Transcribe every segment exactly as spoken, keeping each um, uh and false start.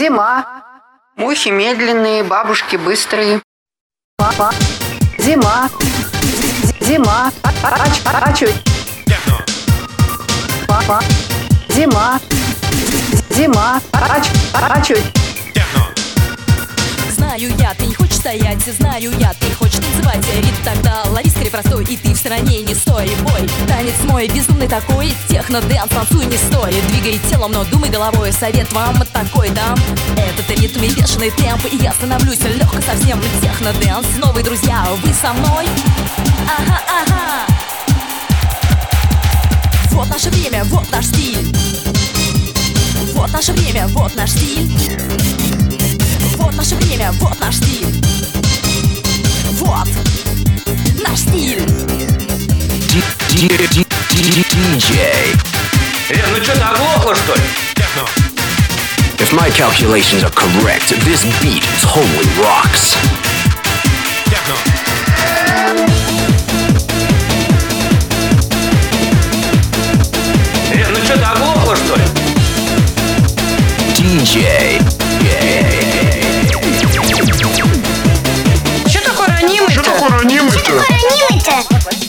Зима. Мухи медленные, бабушки быстрые. Папа. Зима. Зима. А чё? Папа. Зима. Зима. А чё? Знаю я, ты не хочешь стоять, знаю я, ты хочешь танцевать. Ритм тогда лови скорее простой, и ты в стороне не стой. Бой, танец мой, безумный такой, техно-дэнс, танцуй не стой. Двигай телом, но думай головой, совет вам такой дам. Этот ритм и бешеный темп, и я становлюсь легко совсем. Техно-дэнс, новые друзья, вы со мной? Ага, ага. Вот наше время, вот наш стиль. Вот наше время, вот наш стиль. Вот наше время, вот наш стиль. Вот наш стиль. Диджей. Лен, ну что, ты оглохла, что ли? If my calculations are correct, this beat totally rocks. Лен, ну что, ты оглохла, что ли? Диджей. Что такое ранимый-то? Что такое ранимый-то? Что такое ранимый-то?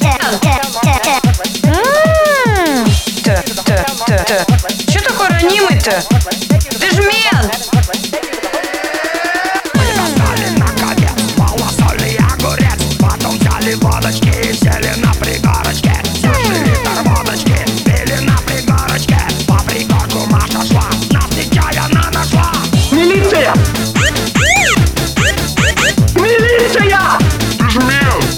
Что такое ранимый-то? Ты ж мент! Достали наконец малосольный огурец. Потом взяли водочки и сели на пригорочке. Зажили тормодочки, пили на пригорочке. По пригорку Маша шла, нас нечаянно нашла. Милиция! Милиция! Ты ж мент!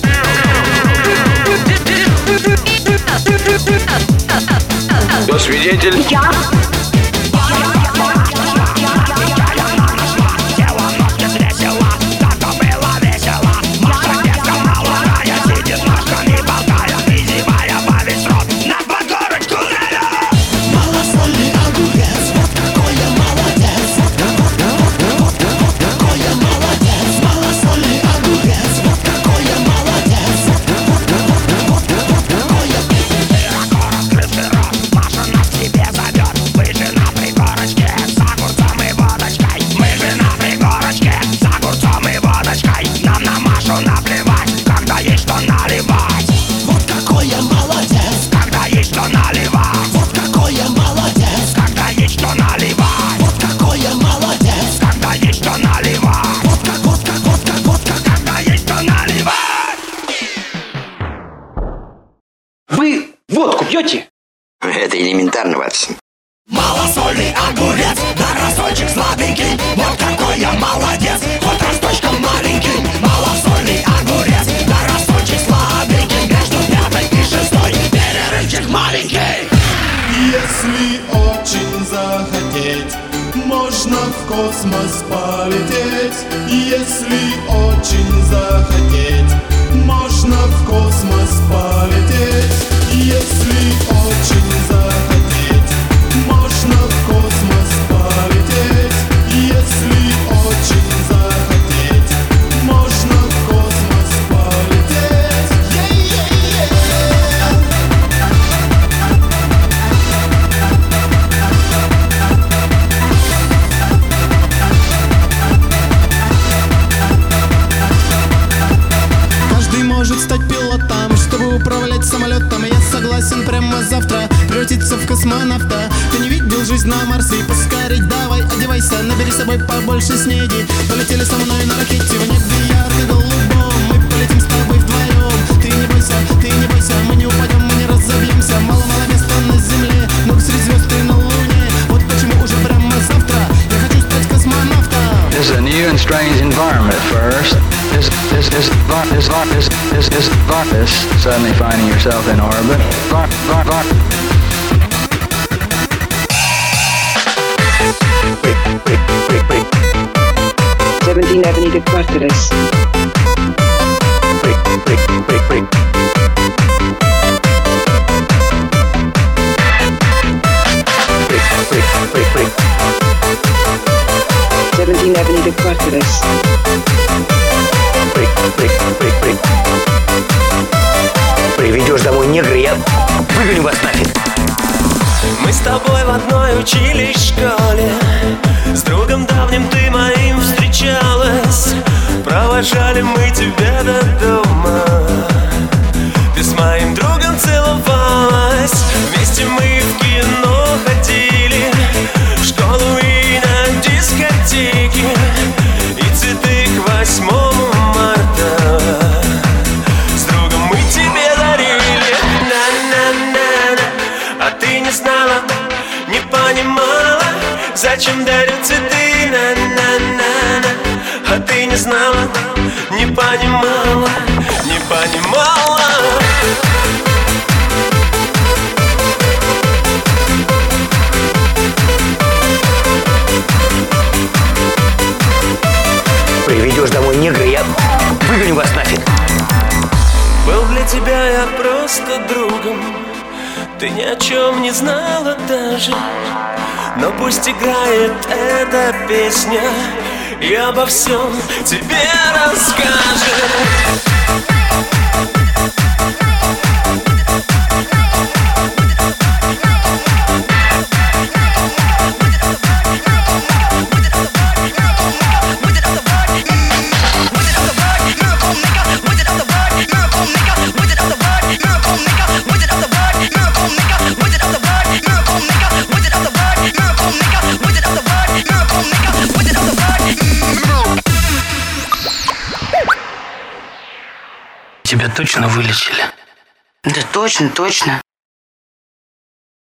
Кто свидетель? Я. Вы водку пьете? Это элементарно, Ватсон. Малосольный огурец, да росточек сладенький. Вот какой я молодец, хоть росточком маленький. Малосольный огурец, да росточек сладенький. Между пятой и шестой перерывчик маленький. Если очень захотеть, можно в космос полететь. Если очень захотеть, можно в космос полететь. Если очень захотеть, можно в космос полететь. Если очень захотеть, можно в космос полететь. Yeah-yeah-yeah. Каждый может стать пилотом, чтобы управлять самолетом. Я согласен прямо завтра превратиться в космонавта. Ты не видел жизнь на Марсе? Поскорей давай одевайся, набери с собой побольше снеди. Полетели со мной на ракете в небе ярко-голубом. Мы полетим с тобой вдвоем. Ты не бойся, ты не бойся, мы не упадем, мы не разобьемся. Мало-мало места на земле, много среди звезд и на луне. Вот почему уже прямо завтра я хочу стать космонавтом. This is a new and strange environment at first. This, this, this, this, this, this, this, this, this, suddenly finding yourself in orbit. Var, var, var. seventeenth Avenue de Quarteres. seventeenth Avenue de Quarteres. Приведешь домой негра, я выгоню вас нафиг. Мы с тобой в одной учились школе, с другом давним провожали мы тебя до дома. Ты с моим другом целовалась, вместе мы в кино ходили, в школу и на дискотеки, и цветы к восьмому марта с другом мы тебе дарили. На-на-на-на. А ты не знала, не понимала, зачем дарят цветы. На-на-на-на. А ты не знала, не понимала, не понимала. Приведешь домой негра, я выгоню вас нафиг. Был для тебя я просто другом, ты ни о чем не знала даже. Но пусть играет эта песня и обо всем тебе расскажет. Тебя точно вылечили? Да точно, точно.